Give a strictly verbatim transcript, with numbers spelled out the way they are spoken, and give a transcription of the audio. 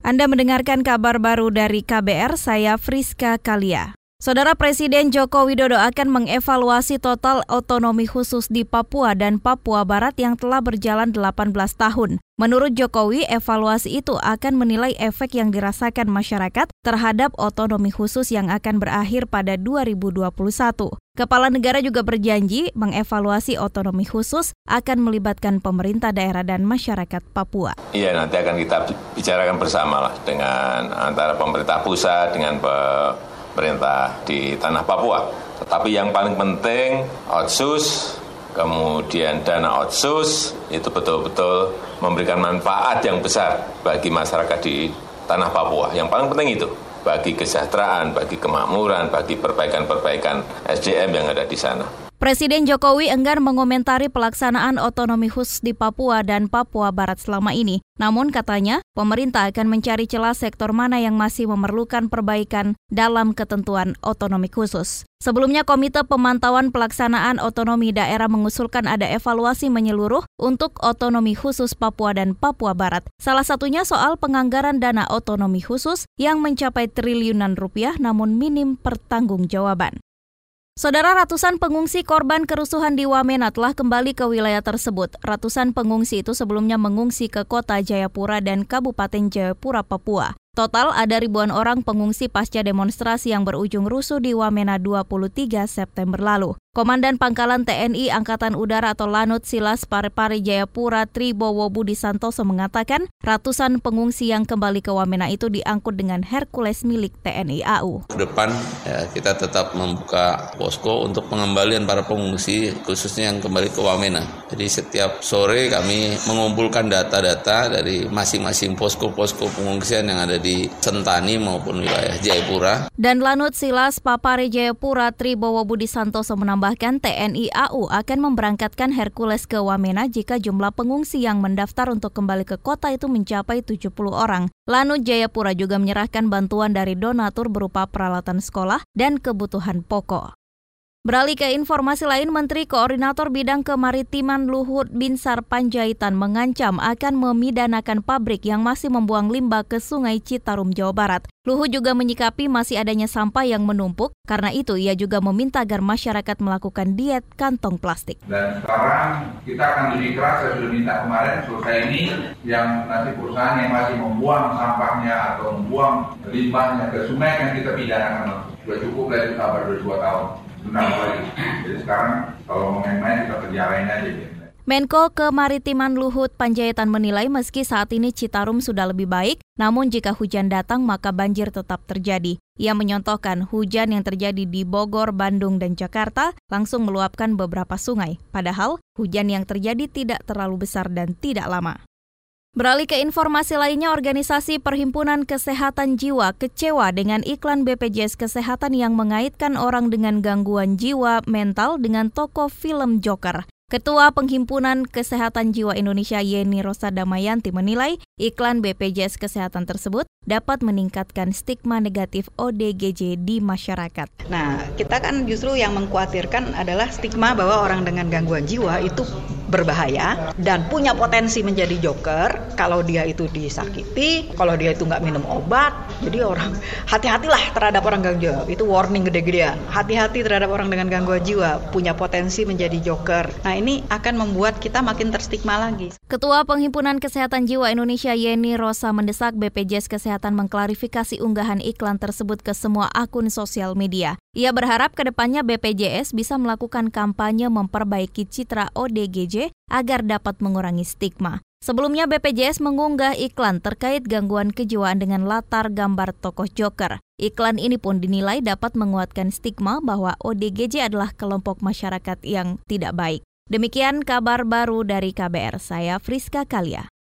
Anda mendengarkan kabar baru dari K B R, saya Friska Kalia. Saudara Presiden Joko Widodo akan mengevaluasi total otonomi khusus di Papua dan Papua Barat yang telah berjalan delapan belas tahun. Menurut Jokowi, evaluasi itu akan menilai efek yang dirasakan masyarakat terhadap otonomi khusus yang akan berakhir pada dua ribu dua puluh satu. Kepala negara juga berjanji mengevaluasi otonomi khusus akan melibatkan pemerintah daerah dan masyarakat Papua. Iya, nanti akan kita bicarakan bersama lah dengan antara pemerintah pusat dengan pemerintah di tanah Papua. Tetapi yang paling penting, Otsus, kemudian dana Otsus itu betul-betul memberikan manfaat yang besar bagi masyarakat di tanah Papua. Yang paling penting itu, bagi kesejahteraan, bagi kemakmuran, bagi perbaikan-perbaikan S D M yang ada di sana. Presiden Jokowi enggan mengomentari pelaksanaan otonomi khusus di Papua dan Papua Barat selama ini. Namun katanya, pemerintah akan mencari celah sektor mana yang masih memerlukan perbaikan dalam ketentuan otonomi khusus. Sebelumnya, Komite Pemantauan Pelaksanaan Otonomi Daerah mengusulkan ada evaluasi menyeluruh untuk otonomi khusus Papua dan Papua Barat. Salah satunya soal penganggaran dana otonomi khusus yang mencapai triliunan rupiah namun minim pertanggungjawaban. Saudara, ratusan pengungsi korban kerusuhan di Wamena telah kembali ke wilayah tersebut. Ratusan pengungsi itu sebelumnya mengungsi ke kota Jayapura dan Kabupaten Jayapura, Papua. Total ada ribuan orang pengungsi pasca demonstrasi yang berujung rusuh di Wamena dua puluh tiga September lalu. Komandan Pangkalan T N I Angkatan Udara atau Lanut Silas Parepare Jayapura Tribowo Budi Santoso mengatakan ratusan pengungsi yang kembali ke Wamena itu diangkut dengan Hercules milik T N I A U. Ke depan ya, kita tetap membuka posko untuk pengembalian para pengungsi khususnya yang kembali ke Wamena. Jadi setiap sore kami mengumpulkan data-data dari masing-masing posko-posko pengungsian yang ada di Sentani maupun wilayah Jayapura. Dan Lanut Silas Papare Jayapura Tribowo Budi Santoso menambahkan T N I A U akan memberangkatkan Hercules ke Wamena jika jumlah pengungsi yang mendaftar untuk kembali ke kota itu mencapai tujuh puluh orang. Lanut Jayapura juga menyerahkan bantuan dari donatur berupa peralatan sekolah dan kebutuhan pokok. Beralih ke informasi lain, Menteri Koordinator Bidang Kemaritiman Luhut Binsar Panjaitan mengancam akan memidanakan pabrik yang masih membuang limbah ke Sungai Citarum, Jawa Barat. Luhut juga menyikapi masih adanya sampah yang menumpuk, karena itu ia juga meminta agar masyarakat melakukan diet kantong plastik. Dan sekarang kita akan lebih keras, saya sudah minta kemarin selesai ini, yang nanti perusahaan yang masih membuang sampahnya atau membuang limbahnya ke sungai yang kita pidanakan. Sudah cukup lah itu sabar dua tahun. Benar lagi. Jadi sekarang kalau mau main-main kita penjarain aja. Menko Kemaritiman Luhut Panjaitan menilai meski saat ini Citarum sudah lebih baik, namun jika hujan datang maka banjir tetap terjadi. Ia menyontohkan hujan yang terjadi di Bogor, Bandung, dan Jakarta langsung meluapkan beberapa sungai. Padahal hujan yang terjadi tidak terlalu besar dan tidak lama. Beralih ke informasi lainnya, Organisasi Perhimpunan Kesehatan Jiwa kecewa dengan iklan B P J S Kesehatan yang mengaitkan orang dengan gangguan jiwa mental dengan tokoh film Joker. Ketua Penghimpunan Kesehatan Jiwa Indonesia Yeni Rosa Damayanti menilai iklan B P J S Kesehatan tersebut dapat meningkatkan stigma negatif O D G J di masyarakat. Nah, kita kan justru yang mengkhawatirkan adalah stigma bahwa orang dengan gangguan jiwa itu berbahaya dan punya potensi menjadi joker kalau dia itu disakiti, kalau dia itu nggak minum obat. Jadi orang hati-hatilah terhadap orang gangguan jiwa. Itu warning gede-gedean. Hati-hati terhadap orang dengan gangguan jiwa, punya potensi menjadi joker. Nah, ini akan membuat kita makin terstigma lagi. Ketua Penghimpunan Kesehatan Jiwa Indonesia Yeni Rosa mendesak B P J S Kesehatan mengklarifikasi unggahan iklan tersebut ke semua akun sosial media. Ia berharap ke depannya B P J S bisa melakukan kampanye memperbaiki citra O D G J agar dapat mengurangi stigma. Sebelumnya B P J S mengunggah iklan terkait gangguan kejiwaan dengan latar gambar tokoh Joker. Iklan ini pun dinilai dapat menguatkan stigma bahwa O D G J adalah kelompok masyarakat yang tidak baik. Demikian kabar baru dari K B R, saya Friska Kalia.